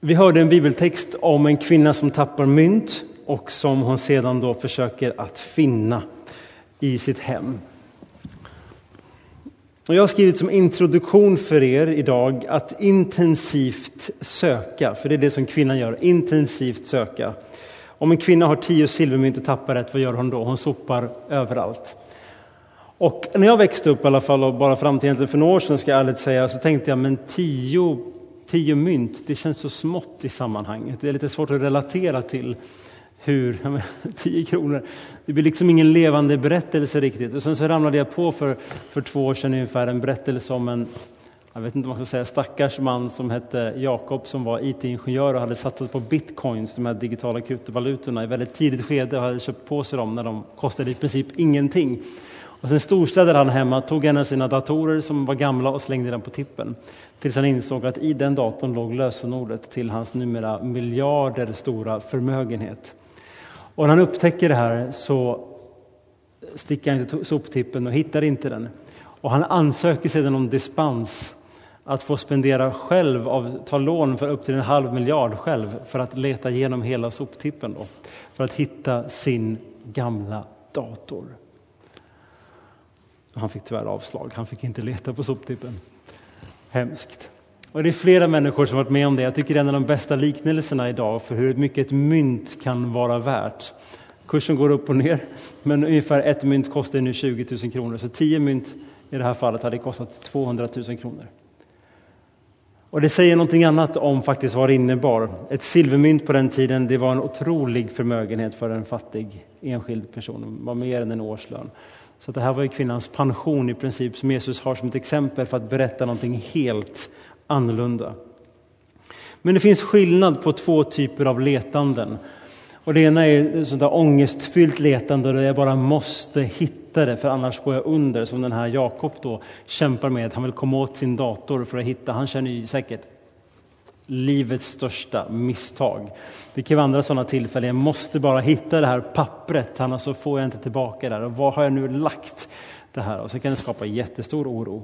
Vi hörde en bibeltext om en kvinna som tappar mynt och som hon sedan då försöker att finna i sitt hem. Och jag har skrivit som introduktion för er idag att intensivt söka, för det är det som kvinnan gör, intensivt söka. Om en kvinna har 10 silvermynt och tappar ett, vad gör hon då? Hon sopar överallt. Och när jag växte upp i alla fall, och bara fram till egentligen för några år sedan ska jag ärligt säga, så tänkte jag, men 10 mynt, det känns så smått i sammanhanget. Det är lite svårt att relatera till hur 10 kronor, det blir liksom ingen levande berättelse riktigt. Och sen så ramlade jag på för 2 år sedan ungefär en berättelse om en, jag vet inte vad man ska säga, stackars man som hette Jakob, som var IT-ingenjör och hade satsat på bitcoins, de här digitala kryptovalutorna, i väldigt tidigt skede och hade köpt på sig dem när de kostade i princip ingenting. Och sen storstädade han hemma, tog en av sina datorer som var gamla och slängde den på tippen. Tills han insåg att i den datorn låg lösenordet till hans numera miljarder stora förmögenhet. Och när han upptäcker det här så sticker han inte soptippen och hittar inte den. Och han ansöker sedan om dispens att få spendera själv, ta lån för upp till 500 miljoner själv för att leta igenom hela soptippen då, för att hitta sin gamla dator. Han fick tyvärr avslag, han fick inte leta på soptippen. Hemskt. Och det är flera människor som varit med om det. Jag tycker det är en av de bästa liknelserna idag för hur mycket ett mynt kan vara värt. Kursen går upp och ner, men ungefär ett mynt kostar nu 20 000 kronor. Så 10 mynt i det här fallet hade kostat 200 000 kronor. Och det säger någonting annat om faktiskt vad det innebar. Ett silvermynt på den tiden, det var en otrolig förmögenhet för en fattig enskild person. Det var mer än en årslön. Så det här var ju kvinnans pension i princip, som Jesus har som ett exempel för att berätta någonting helt annorlunda. Men det finns skillnad på 2 typer av letanden. Och det ena är sånt där ångestfyllt letande där jag bara måste hitta det, för annars går jag under. Som den här Jakob då kämpar med. Han vill komma åt sin dator för att hitta. Han känner ju säkert livets största misstag. Det kan vara andra sådana tillfällen. Jag måste bara hitta det här pappret, annars så får jag inte tillbaka det. Och var har jag nu lagt det här? Och så kan det skapa jättestor oro.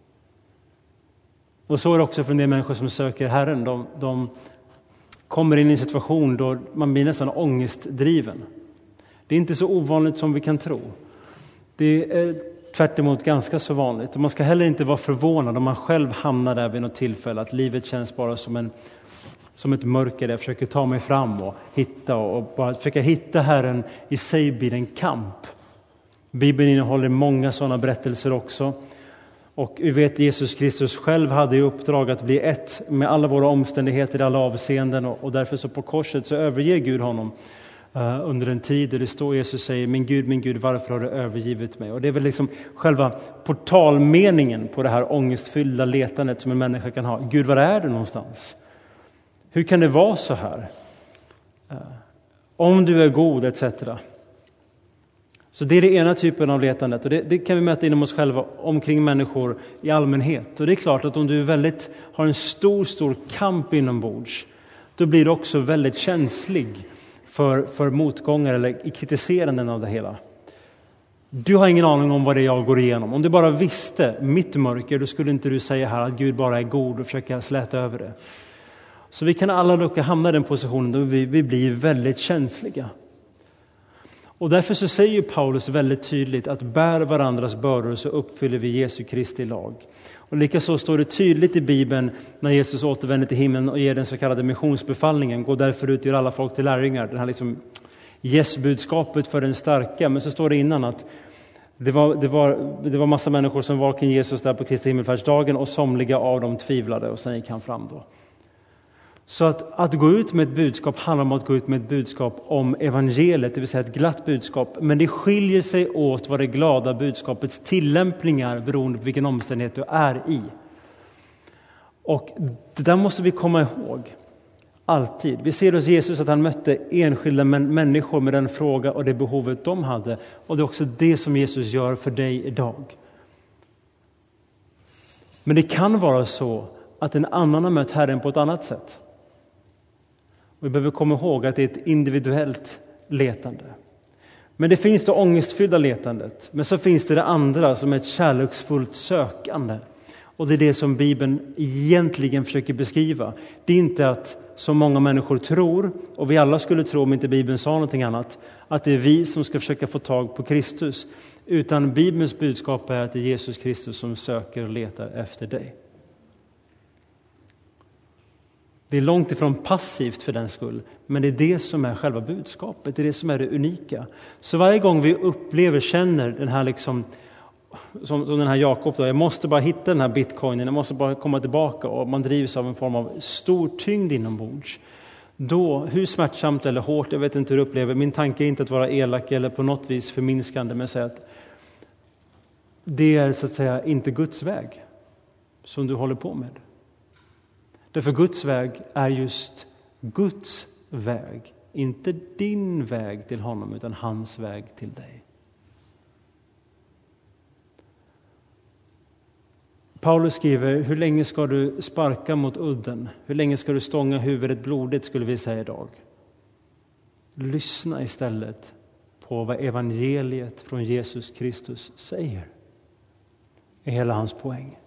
Och så är det också för en del människor som söker Herren. De kommer in i en situation då man blir nästan ångestdriven. Det är inte så ovanligt som vi kan tro. Det är tvärt emot ganska så vanligt. Och man ska heller inte vara förvånad om man själv hamnar där vid något tillfälle. Att livet känns bara som ett mörker där jag försöker ta mig fram och hitta. Och bara försöka hitta Herren i sig blir en kamp. Bibeln innehåller många sådana berättelser också. Och vi vet att Jesus Kristus själv hade i uppdrag att bli ett med alla våra omständigheter i alla avseenden. Och därför så på korset så överger Gud honom under en tid. Och det står Jesus säger, min Gud, varför har du övergivit mig? Och det är väl liksom själva portalmeningen på det här ångestfyllda letandet som en människa kan ha. Gud, var är du någonstans? Hur kan det vara så här? Om du är god, etc. Så det är det ena typen av letandet. Och det kan vi möta inom oss själva omkring människor i allmänhet. Och det är klart att om du har en stor kamp inombords, då blir du också väldigt känslig för motgångar eller i kritiseranden av det hela. Du har ingen aning om vad det är jag går igenom. Om du bara visste mitt mörker, då skulle inte du säga här att Gud bara är god och försöka släta över det. Så vi kan alla hamna i den positionen då vi blir väldigt känsliga. Och därför så säger Paulus väldigt tydligt att bär varandras bördor så uppfyller vi Jesu Kristi lag. Och likaså står det tydligt i Bibeln när Jesus återvänder till himlen och ger den så kallade missionsbefallningen. Gå därför ut och gör alla folk till lärjungar. Det här liksom Yes-budskapet för den starka. Men så står det innan att det var massa människor som var kring Jesus där på Kristi himmelfärdsdagen och somliga av dem tvivlade och sen gick han fram då. Så att gå ut med ett budskap handlar om att gå ut med ett budskap om evangeliet, det vill säga ett glatt budskap. Men det skiljer sig åt vad det glada budskapets tillämpningar beroende på vilken omständighet du är i. Och det där måste vi komma ihåg alltid. Vi ser hos Jesus att han mötte enskilda människor med den fråga och det behovet de hade. Och det är också det som Jesus gör för dig idag. Men det kan vara så att en annan har mött Herren på ett annat sätt. Vi behöver komma ihåg att det är ett individuellt letande. Men det finns det ångestfyllda letandet. Men så finns det andra som är ett kärleksfullt sökande. Och det är det som Bibeln egentligen försöker beskriva. Det är inte att, som många människor tror, och vi alla skulle tro om inte Bibeln sa någonting annat, att det är vi som ska försöka få tag på Kristus. Utan Bibelns budskap är att det är Jesus Kristus som söker och letar efter dig. Det är långt ifrån passivt för den skull, men det är det som är själva budskapet, det är det som är det unika. Så varje gång vi upplever, känner den här liksom, som den här Jakob då, jag måste bara hitta den här bitcoinen, jag måste bara komma tillbaka, och man drivs av en form av stor tyngd inombords. Då, hur smärtsamt eller hårt, jag vet inte hur du upplever, min tanke är inte att vara elak eller på något vis förminskande, men säga att det är så att säga inte Guds väg som du håller på med. Därför Guds väg är just Guds väg. Inte din väg till honom, utan hans väg till dig. Paulus skriver, hur länge ska du sparka mot udden? Hur länge ska du stånga huvudet blodigt, skulle vi säga idag. Lyssna istället på vad evangeliet från Jesus Kristus säger. Är hela hans poäng.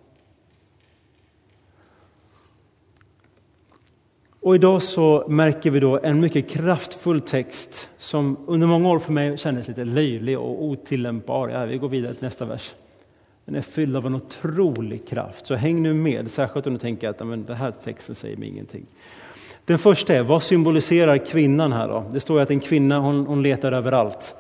Och idag så märker vi då en mycket kraftfull text som under många år för mig kändes lite löjlig och otillämpbar. Ja, vi går vidare till nästa vers. Den är fylld av en otrolig kraft. Så häng nu med, särskilt om du tänker att men, den här texten säger mig ingenting. Den första är, vad symboliserar kvinnan här då? Det står ju att en kvinna, hon letar överallt.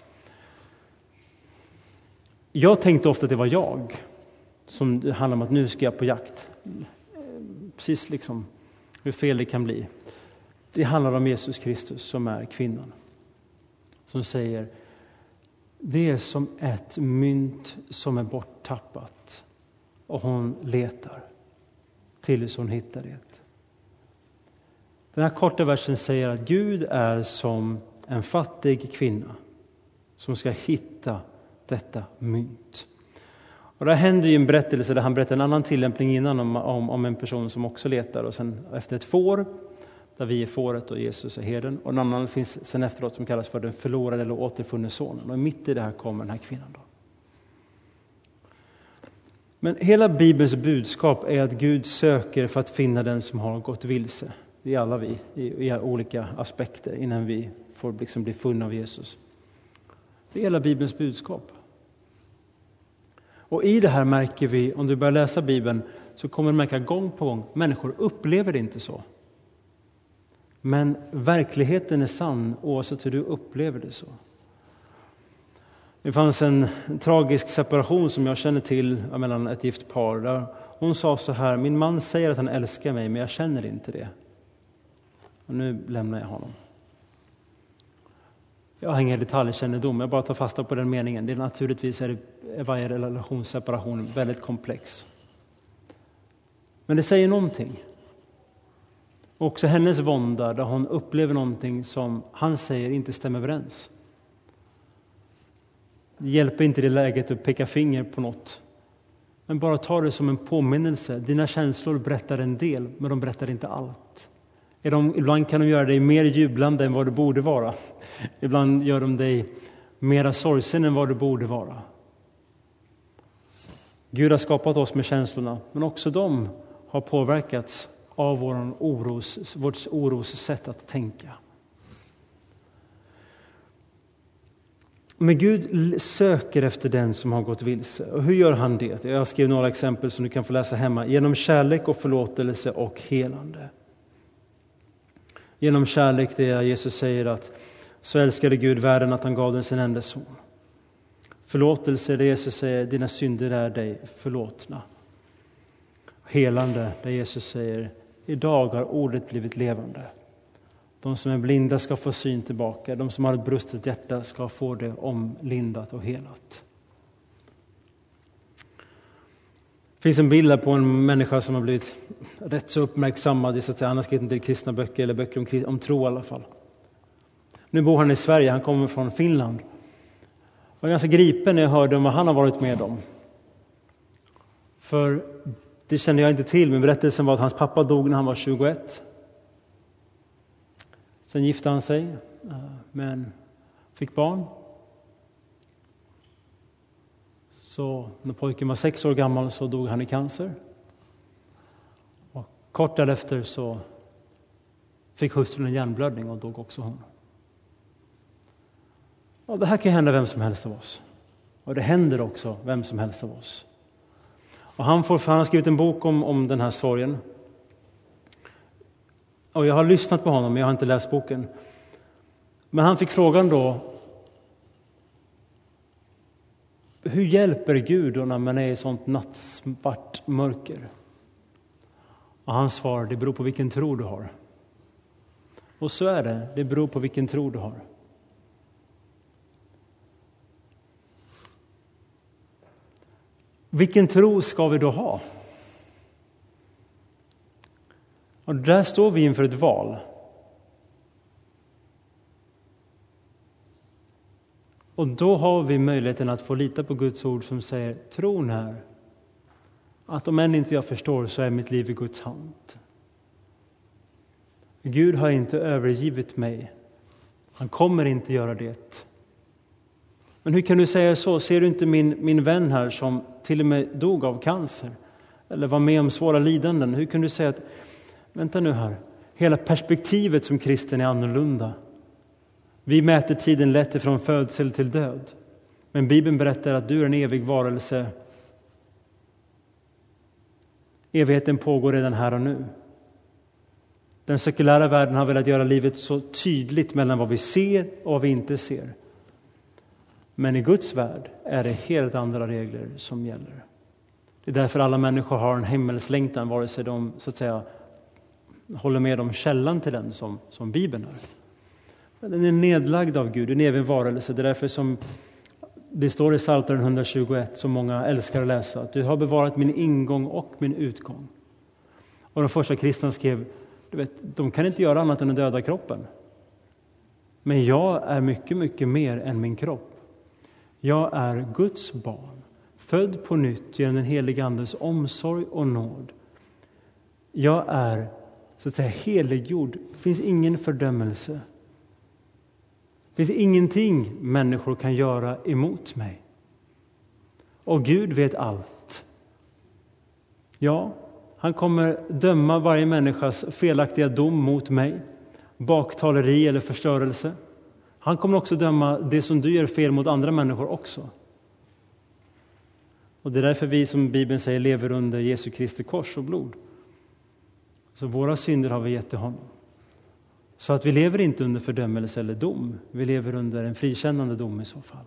Jag tänkte ofta att det var jag som handlar om att nu ska jag på jakt. Precis liksom hur fel det kan bli. Det handlar om Jesus Kristus som är kvinnan. Som säger, det är som ett mynt som är borttappat. Och hon letar tills hon hittar det. Den här korta versen säger att Gud är som en fattig kvinna som ska hitta detta mynt. Och det händer ju en berättelse där han berättar en annan tillämpning innan om en person som också letar. Och sen efter ett får, där vi är fåret och Jesus är herden. Och en annan finns sen efteråt som kallas för den förlorade eller återfunne sonen. Och mitt i det här kommer den här kvinnan då. Men hela Bibelns budskap är att Gud söker för att finna den som har gått vilse. Det är alla vi i olika aspekter innan vi får liksom bli funna av Jesus. Det är hela Bibelns budskap. Och i det här märker vi, om du börjar läsa Bibeln, så kommer du märka gång på gång, människor upplever det inte så. Men verkligheten är sann oavsett hur du upplever det så. Det fanns en tragisk separation som jag känner till mellan ett gift par. Där hon sa så här, min man säger att han älskar mig men jag känner inte det. Och nu lämnar jag honom. Jag har ingen detaljkännedom, jag bara tar fasta på den meningen. Det är naturligtvis är varje relationsseparation väldigt komplex. Men det säger någonting. Också hennes vånda där hon upplever någonting som han säger inte stämmer överens. Det hjälper inte i det läget att peka finger på något. Men bara ta det som en påminnelse. Dina känslor berättar en del, men de berättar inte allt. Ibland kan de göra dig mer jublande än vad du borde vara. Ibland gör de dig mera sorgsen än vad du borde vara. Gud har skapat oss med känslorna, men också de har påverkats av vårt oros sätt att tänka. Men Gud söker efter den som har gått vilse. Och hur gör han det? Jag skrev några exempel som du kan få läsa hemma. Genom kärlek och förlåtelse och helande. Genom kärlek, det är Jesus säger att så älskade Gud världen att han gav den sin enda son. Förlåtelse, det Jesus säger, dina synder är dig förlåtna. Helande, där Jesus säger, idag har ordet blivit levande. De som är blinda ska få syn tillbaka. De som har ett brustet hjärta ska få det omlindat och helat. Det finns en bild på en människa som har blivit rätt så uppmärksammad. Han har skrivit en del kristna böcker, eller böcker om tro i alla fall. Nu bor han i Sverige, han kommer från Finland. Jag var ganska gripen när jag hörde om vad han har varit med om. För det kände jag inte till, men berättelsen var att hans pappa dog när han var 21. Sen gifte han sig, men fick barn. Så när pojken var 6 år gammal så dog han i cancer. Kort därefter så fick hustrun en hjärnblödning och dog också hon. Och det här kan hända vem som helst av oss. Och det händer också vem som helst av oss. Och han har skrivit en bok om den här sorgen. Och jag har lyssnat på honom, men jag har inte läst boken. Men han fick frågan då: hur hjälper Gud då när man är i sånt nattsvart mörker? Och han svarar: det beror på vilken tro du har. Och så är det, det beror på vilken tro du har. Vilken tro ska vi då ha? Och där står vi inför ett val. Och då har vi möjligheten att få lita på Guds ord som säger: tron är att om än inte jag förstår så är mitt liv i Guds hand. Gud har inte övergivit mig. Han kommer inte göra det. Men hur kan du säga så? Ser du inte min vän här som till och med dog av cancer? Eller var med om svåra lidanden? Hur kan du säga att, vänta nu här, hela perspektivet som kristen är annorlunda. Vi mäter tiden lätt ifrån födsel till död. Men Bibeln berättar att du är en evig varelse. Evigheten pågår redan här och nu. Den sekulära världen har velat göra livet så tydligt mellan vad vi ser och vad vi inte ser. Men i Guds värld är det helt andra regler som gäller. Det är därför alla människor har en himmelslängtan, vare sig de så att säga håller med om källan till den som Bibeln är. Men den är nedlagd av Gud, en evig varelse. Det är därför som det står i Psaltaren 121, som många älskar att läsa, att du har bevarat min ingång och min utgång. Och de första kristna skrev, du vet, de kan inte göra annat än att döda kroppen. Men jag är mycket, mycket mer än min kropp. Jag är Guds barn, född på nytt genom den helige Andes omsorg och nåd. Jag är så att säga heliggjord. Det finns ingen fördömelse. Det finns ingenting människor kan göra emot mig. Och Gud vet allt. Ja, han kommer döma varje människas felaktiga dom mot mig. Baktaleri eller förstörelse. Han kommer också döma det som du gör fel mot andra människor också. Och det är därför vi, som Bibeln säger, lever under Jesu Kristi kors och blod. Så våra synder har vi gett till honom. Så att vi lever inte under fördömelse eller dom. Vi lever under en frikännande dom i så fall.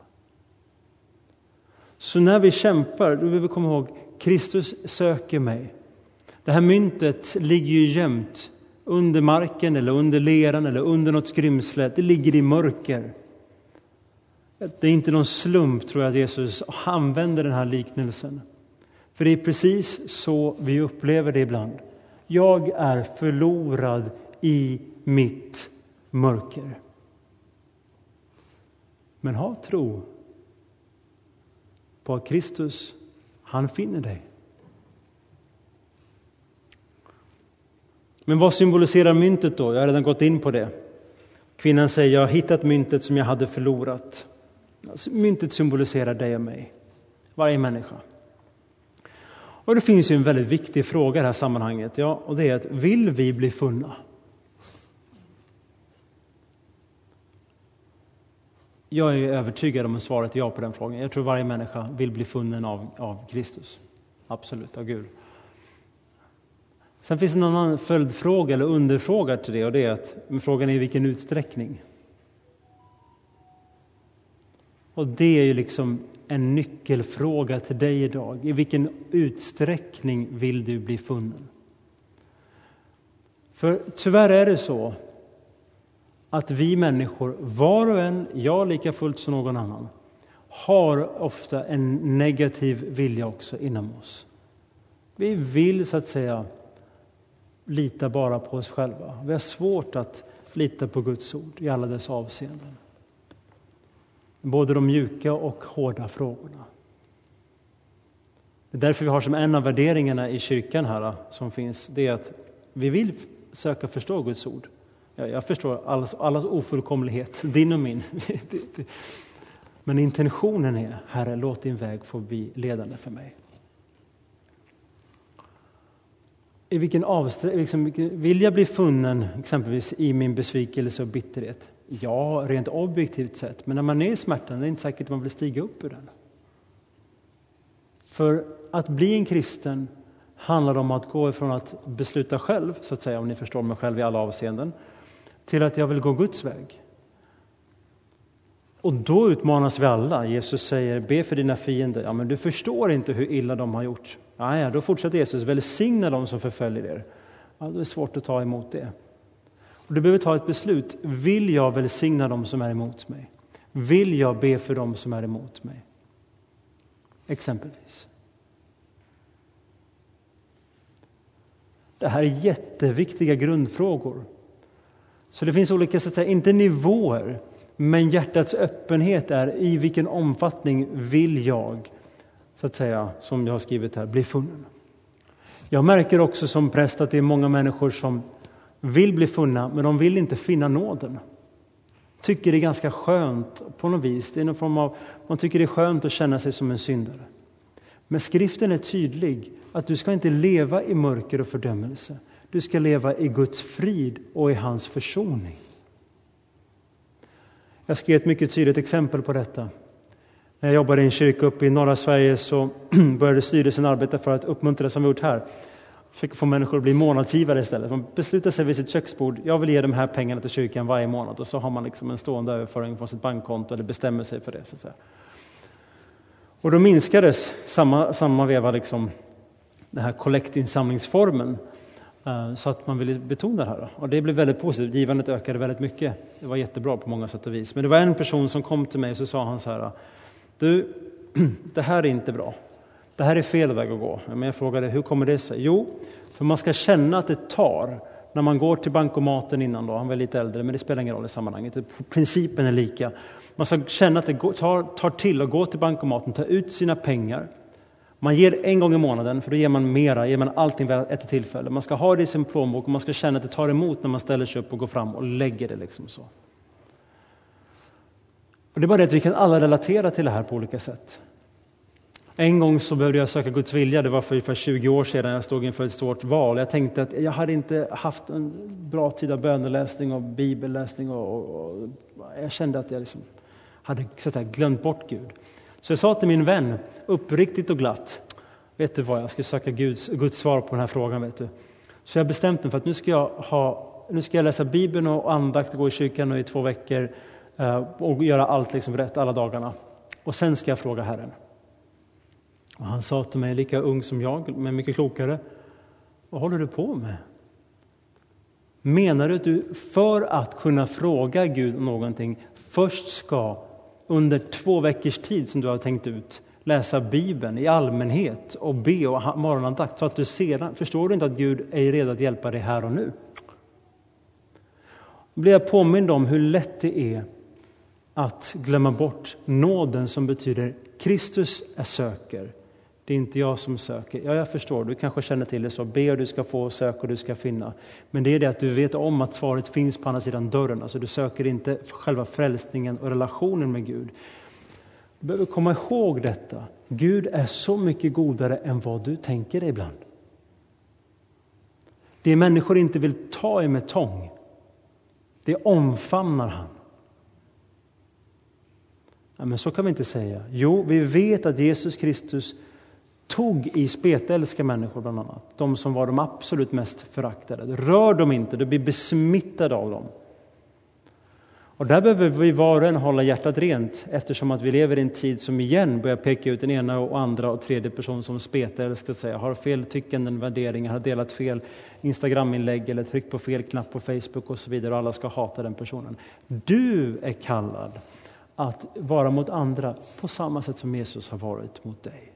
Så när vi kämpar, då vill vi komma ihåg, Kristus söker mig. Det här myntet ligger ju gömt under marken eller under leran eller under något skrymsle. Det ligger i mörker. Det är inte någon slump, tror jag, att Jesus använder den här liknelsen. För det är precis så vi upplever det ibland. Jag är förlorad i mitt mörker. Men ha tro på att Kristus, han finner dig. Men vad symboliserar myntet då? Jag har redan gått in på det. Kvinnan säger, jag har hittat myntet som jag hade förlorat. Alltså, myntet symboliserar dig och mig. Varje människa. Och det finns ju en väldigt viktig fråga i det här sammanhanget. Ja, och det är att, vill vi bli funna? Jag är övertygad om att svaret är ja på den frågan. Jag tror varje människa vill bli funnen av Kristus. Absolut, av Gud. Sen finns det en annan följdfråga eller underfråga till det. Och det är att frågan är i vilken utsträckning. Och det är ju liksom en nyckelfråga till dig idag. I vilken utsträckning vill du bli funnen? För tyvärr är det så att vi människor, var och en, jag lika fullt som någon annan, har ofta en negativ vilja också inom oss. Vi vill så att säga lita bara på oss själva. Vi har svårt att lita på Guds ord i alla dess avseenden. Både de mjuka och hårda frågorna. Det är därför vi har som en av värderingarna i kyrkan här som finns, det är att vi vill söka förstå Guds ord. Jag förstår allas ofullkomlighet, din och min. Men intentionen är, Herre, låt din väg få bli ledande för mig. i vill jag bli funnen exempelvis i min besvikelse och bitterhet? Ja, rent objektivt sett. Men när man är i smärtan, det är inte säkert att man vill stiga upp ur den. För att bli en kristen handlar om att gå ifrån att besluta själv, så att säga, om ni förstår mig själv i alla avseenden, till att jag vill gå Guds väg. Och då utmanas vi alla. Jesus säger, be för dina fiender. Ja, men du förstår inte hur illa de har gjort. Ja, då fortsätter Jesus, välsigna dem som förföljer er. Ja, det är svårt att ta emot det. Och du behöver ta ett beslut. Vill jag välsigna dem som är emot mig? Vill jag be för dem som är emot mig? Exempelvis. Det här är jätteviktiga grundfrågor. Så det finns olika, så att säga, inte nivåer, men hjärtats öppenhet är i vilken omfattning vill jag, så att säga, som jag har skrivit här, bli funnen. Jag märker också som präst att det är många människor som vill bli funna, men de vill inte finna nåden. Tycker det är ganska skönt på något vis. Det är någon form av, man tycker det är skönt att känna sig som en syndare. Men skriften är tydlig att du ska inte leva i mörker och fördömelse. Du ska leva i Guds frid och i hans försoning. Jag ska ge ett mycket tydligt exempel på detta. När jag jobbade i en kyrka uppe i norra Sverige så började styrelsen arbeta för att uppmuntra, som vi gjort här, fick få människor att bli månadsgivare istället. Man beslutar sig vid sitt köksbord, jag vill ge de här pengarna till kyrkan varje månad. Och så har man liksom en stående överföring från sitt bankkonto eller bestämmer sig för det. Så att säga. Och då minskades samma veva liksom, den här kollektinsamlingsformen. Så att man ville betona det här. Och det blev väldigt positivt. Givandet ökade väldigt mycket. Det var jättebra på många sätt och vis. Men det var en person som kom till mig och så sa han så här: du, det här är inte bra. Det här är fel väg att gå. Men jag frågade, hur kommer det sig? Jo, för man ska känna att det tar. När man går till bankomaten innan då, han var lite äldre, men det spelar ingen roll i sammanhanget. Principen är lika. Man ska känna att det tar till att gå till bankomaten, ta ut sina pengar. Man ger en gång i månaden, för då ger man mera, ger man allting vid ett tillfälle. Man ska ha det i sin plånbok och man ska känna att det tar emot när man ställer sig upp och går fram och lägger det liksom så. Och det är bara det att vi kan alla relatera till det här på olika sätt. En gång så behövde jag söka Guds vilja, det var för ungefär 20 år sedan jag stod inför ett stort val. Jag tänkte att jag hade inte haft en bra tid av böneläsning och bibelläsning och jag kände att jag liksom hade så att säga, glömt bort Gud. Så jag sa till min vän, uppriktigt och glatt, vet du vad, jag ska söka Guds svar på den här frågan, vet du. Så jag bestämde mig för att nu ska jag läsa Bibeln och andakt och gå i kyrkan i 2 veckor och göra allt liksom rätt alla dagarna. Och sen ska jag fråga Herren. Och han sa till mig, lika ung som jag, men mycket klokare: vad håller du på med? Menar du att du för att kunna fråga Gud om någonting först ska under 2 veckors tid som du har tänkt ut läsa Bibeln i allmänhet och be och ha morgonandakt, så att du sedan, förstår du inte att Gud är redo att hjälpa dig här och nu? Då blir jag påmind om hur lätt det är att glömma bort nåden som betyder Kristus är söker. Det är inte jag som söker. Ja, jag förstår. Du kanske känner till det så. Be och du ska få, sök och du ska finna. Men det är det att du vet om att svaret finns på andra sidan dörren. Alltså du söker inte själva frälsningen och relationen med Gud. Du behöver komma ihåg detta. Gud är så mycket godare än vad du tänker dig ibland. Det människor inte vill ta i med tång, det omfamnar han. Ja, men så kan vi inte säga. Jo, vi vet att Jesus Kristus tog i spetälska människor bland annat. De som var de absolut mest föraktade. Rör dem inte, du blir besmittad av dem. Och där behöver vi var och en hålla hjärtat rent, eftersom att vi lever i en tid som igen börjar peka ut den ena och andra och tredje person som spetälska, säga, har fel tyckanden, värderingar, har delat fel Instagram-inlägg eller tryckt på fel knapp på Facebook och så vidare, och alla ska hata den personen. Du är kallad att vara mot andra på samma sätt som Jesus har varit mot dig.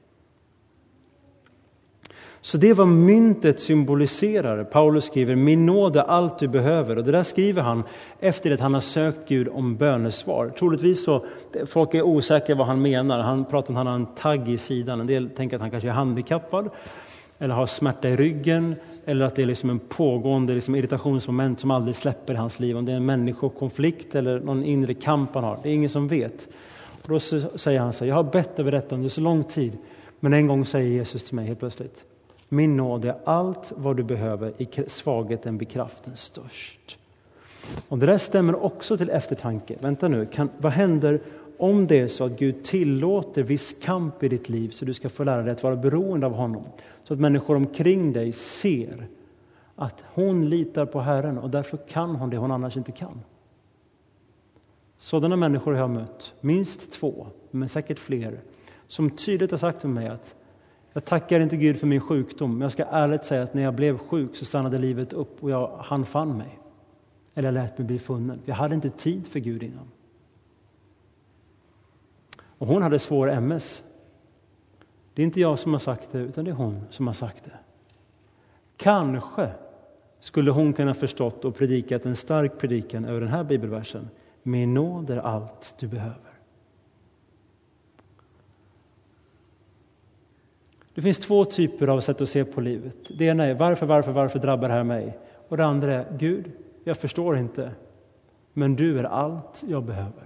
Så det var myntet symboliserar. Paulus skriver, min nåd är allt du behöver. Och det där skriver han efter att han har sökt Gud om bönesvar. Troligtvis så, folk är osäkra vad han menar. Han pratar om att han har en tagg i sidan. En del tänker att han kanske är handikappad eller har smärta i ryggen. Eller att det är liksom en pågående liksom irritationsmoment som aldrig släpper i hans liv. Om det är en människokonflikt eller någon inre kamp han har. Det är ingen som vet. Och då säger han så här, jag har bett över detta under så lång tid. Men en gång säger Jesus till mig helt plötsligt, Min nåd är allt vad du behöver, i svagheten blir kraften störst. Och det där stämmer också till eftertanke. Vänta nu, vad händer om det är så att Gud tillåter viss kamp i ditt liv så du ska få lära dig att vara beroende av honom? Så att människor omkring dig ser att hon litar på Herren och därför kan hon det hon annars inte kan. Sådana människor har jag mött, minst 2, men säkert fler, som tydligt har sagt till mig att jag tackar inte Gud för min sjukdom, men jag ska ärligt säga att när jag blev sjuk så stannade livet upp och han fann mig. Eller jag lät mig bli funnen. Jag hade inte tid för Gud innan. Och hon hade svår MS. Det är inte jag som har sagt det, utan det är hon som har sagt det. Kanske skulle hon kunna förstått och predikat en stark predikan över den här bibelversen. Min nåd är allt du behöver. Det finns 2 typer av sätt att se på livet. Det ena är varför drabbar det här mig? Och det andra är Gud, jag förstår inte. Men du är allt jag behöver.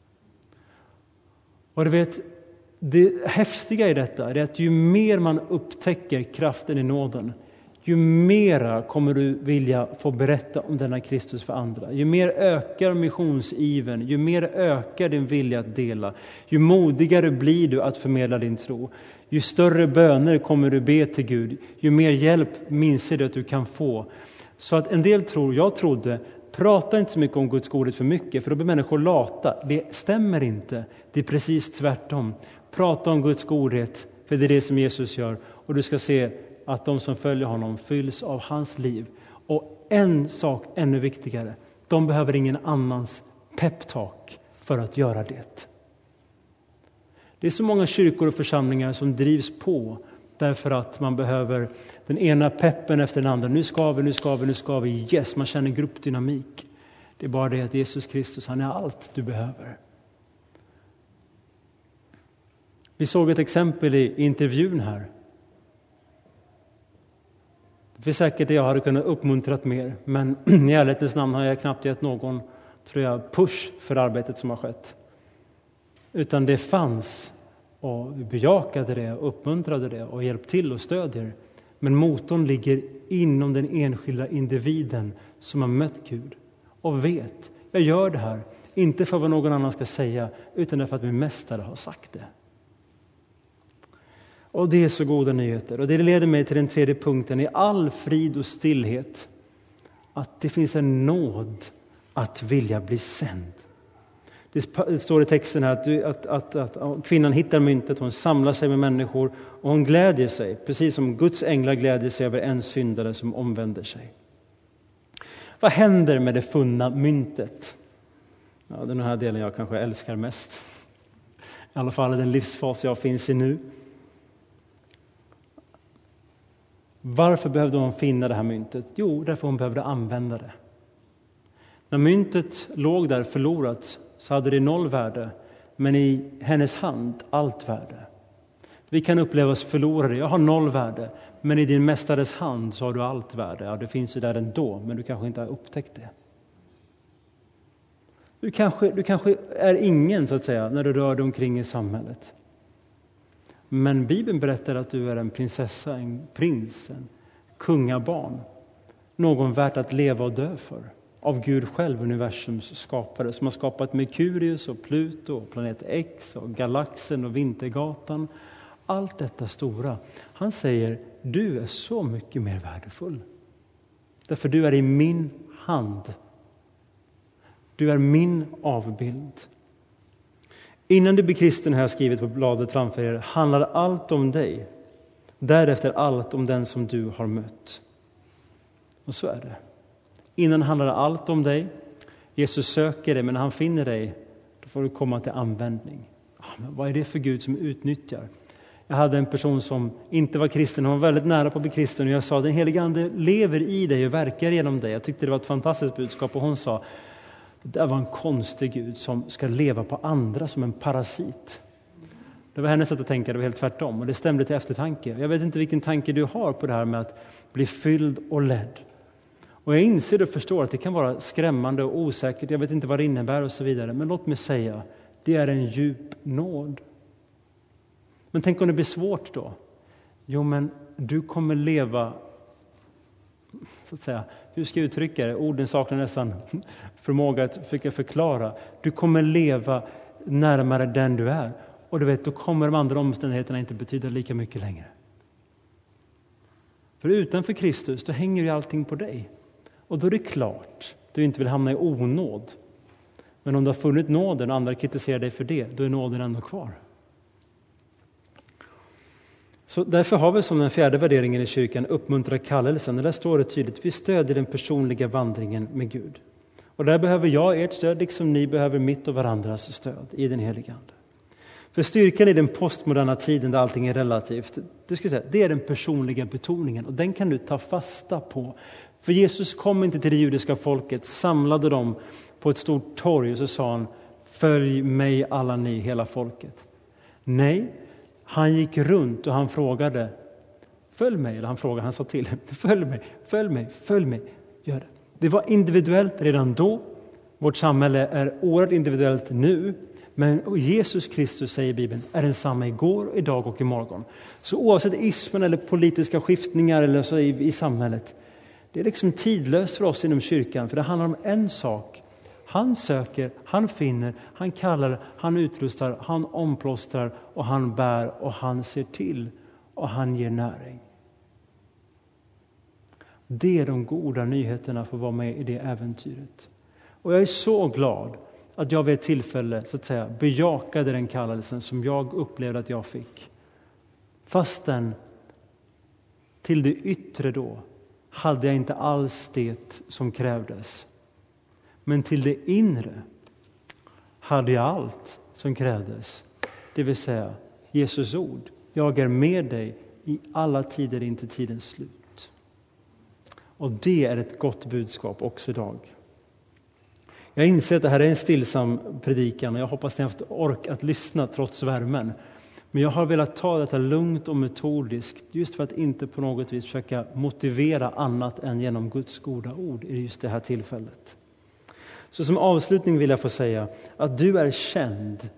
Och du vet, det häftiga i detta är att ju mer man upptäcker kraften i nåden, ju mera kommer du vilja få berätta om denna Kristus för andra. Ju mer ökar missionsiven, ju mer ökar din vilja att dela. Ju modigare blir du att förmedla din tro. Ju större böner kommer du be till Gud. Ju mer hjälp minser du att du kan få. Så att en del jag trodde, prata inte så mycket om Guds godhet för mycket, för då blir människor lata. Det stämmer inte. Det är precis tvärtom. Prata om Guds godhet, för det är det som Jesus gör. Och du ska se att de som följer honom fylls av hans liv. Och en sak ännu viktigare. De behöver ingen annans peptalk för att göra det. Det är så många kyrkor och församlingar som drivs på därför att man behöver den ena peppen efter den andra. Nu ska vi. Yes, man känner gruppdynamik. Det är bara det att Jesus Kristus, han är allt du behöver. Vi såg ett exempel i intervjun här. Det är säkert det jag hade kunnat uppmuntrat mer, men i ärlighetens namn har jag knappt gett någon, tror jag, push för arbetet som har skett. Utan det fanns, och vi bejakade det, uppmuntrade det och hjälpte till och stödjer. Men motorn ligger inom den enskilda individen som har mött Gud och vet, jag gör det här, inte för vad någon annan ska säga, utan för att min mästare har sagt det. Och det är så goda nyheter. Och det leder mig till den 3:e punkten. I all frid och stillhet. Att det finns en nåd att vilja bli sänd. Det står i texten här att kvinnan hittar myntet. Hon samlar sig med människor. Och hon glädjer sig. Precis som Guds änglar glädjer sig över en syndare som omvänder sig. Vad händer med det funna myntet? Ja, det är den här delen jag kanske älskar mest. I alla fall i den livsfas jag finns i nu. Varför behövde hon finna det här myntet? Jo, därför hon behövde använda det. När myntet låg där förlorat så hade det 0 värde, men i hennes hand allt värde. Vi kan uppleva oss förlorade. Jag har 0 värde, men i din mästares hand så har du allt värde. Ja, det finns ju där ändå, men du kanske inte har upptäckt det. Du kanske är ingen, så att säga, när du rör dig omkring i samhället. Men Bibeln berättar att du är en prinsessa, en prins, en kungabarn. Någon värt att leva och dö för. Av Gud själv, universums skapare, som har skapat Merkurius och Pluto och planet X och galaxen och Vintergatan. Allt detta stora. Han säger, du är så mycket mer värdefull. Därför du är i min hand. Du är min avbild. Innan du blir kristen, har jag skrivit på bladet framför er, handlar allt om dig. Därefter allt om den som du har mött. Och så är det. Innan handlar allt om dig. Jesus söker dig, men när han finner dig, då får du komma till användning. Men vad är det för Gud som utnyttjar? Jag hade en person som inte var kristen. Hon var väldigt nära på att bli kristen. Och jag sa, den helige ande lever i dig och verkar genom dig. Jag tyckte det var ett fantastiskt budskap. Och hon sa, det var en konstig Gud som ska leva på andra som en parasit. Det var hennes sätt att tänka, det var helt tvärtom. Och det stämde till eftertanke. Jag vet inte vilken tanke du har på det här med att bli fylld och ledd. Och jag inser och förstår att det kan vara skrämmande och osäkert. Jag vet inte vad det innebär och så vidare. Men låt mig säga, det är en djup nåd. Men tänk om det blir svårt då? Jo, men du kommer leva, så att säga, hur ska jag uttrycka det? Orden saknar nästan förmåga att försöka förklara. Du kommer leva närmare den du är. Och du vet, då kommer de andra omständigheterna inte betyda lika mycket längre. För utanför Kristus, då hänger ju allting på dig. Och då är det klart, du inte vill hamna i onåd. Men om du har funnit nåden och andra kritiserar dig för det, då är nåden ändå kvar. Så därför har vi som den fjärde värderingen i kyrkan uppmuntra kallelsen. Och där står det tydligt, vi stödjer den personliga vandringen med Gud. Och där behöver jag ert stöd, liksom ni behöver mitt och varandras stöd i den helige Ande. För styrkan i den postmoderna tiden där allting är relativt, det är den personliga betoningen. Och den kan du ta fasta på. För Jesus kom inte till det judiska folket, samlade dem på ett stort torg och så sa han, följ mig alla ni, hela folket. Nej, han gick runt och han frågade, följ mig. Eller han sa till, följ mig, gör det. Det var individuellt redan då. Vårt samhälle är oerhört individuellt nu. Men Jesus Kristus, säger Bibeln, är densamma igår, idag och imorgon. Så oavsett ismen eller politiska skiftningar eller så i samhället, det är liksom tidlöst för oss inom kyrkan. För det handlar om en sak. Han söker, han finner, han kallar, han utrustar, han omplåstrar och han bär och han ser till och han ger näring. Det är de goda nyheterna för att vara med i det äventyret. Och jag är så glad att jag vid ett tillfälle, så att säga, bejakade den kallelsen som jag upplevde att jag fick. Fastän till det yttre då hade jag inte alls det som krävdes. Men till det inre hade jag allt som krävdes. Det vill säga Jesus ord. Jag är med dig i alla tider intill tidens slut. Och det är ett gott budskap också idag. Jag inser att det här är en stillsam predikan och jag hoppas att ni har haft ork att lyssna trots värmen. Men jag har velat ta detta lugnt och metodiskt just för att inte på något vis försöka motivera annat än genom Guds goda ord i just det här tillfället. Så som avslutning vill jag få säga att du är känd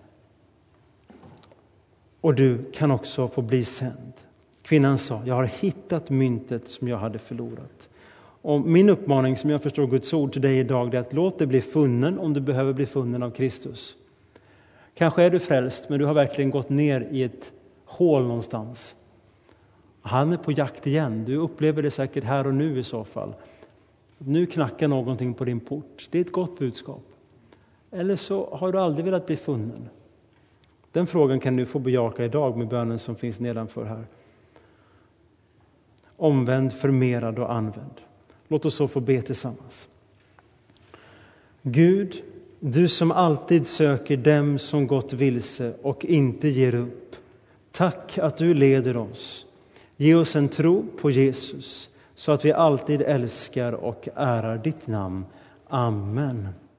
och du kan också få bli sänd. Kvinnan sa, jag har hittat myntet som jag hade förlorat. Och min uppmaning som jag förstår Guds ord till dig idag är att låt det bli funnen om du behöver bli funnen av Kristus. Kanske är du frälst men du har verkligen gått ner i ett hål någonstans. Han är på jakt igen. Du upplever det säkert här och nu i så fall. Nu knackar någonting på din port. Det är ett gott budskap. Eller så har du aldrig velat bli funnen. Den frågan kan du få bejaka idag med bönen som finns nedanför här. Omvänd, förmerad och använd. Låt oss så få be tillsammans. Gud, du som alltid söker dem som gått vilse och inte ger upp. Tack att du leder oss. Ge oss en tro på Jesus så att vi alltid älskar och ärar ditt namn. Amen.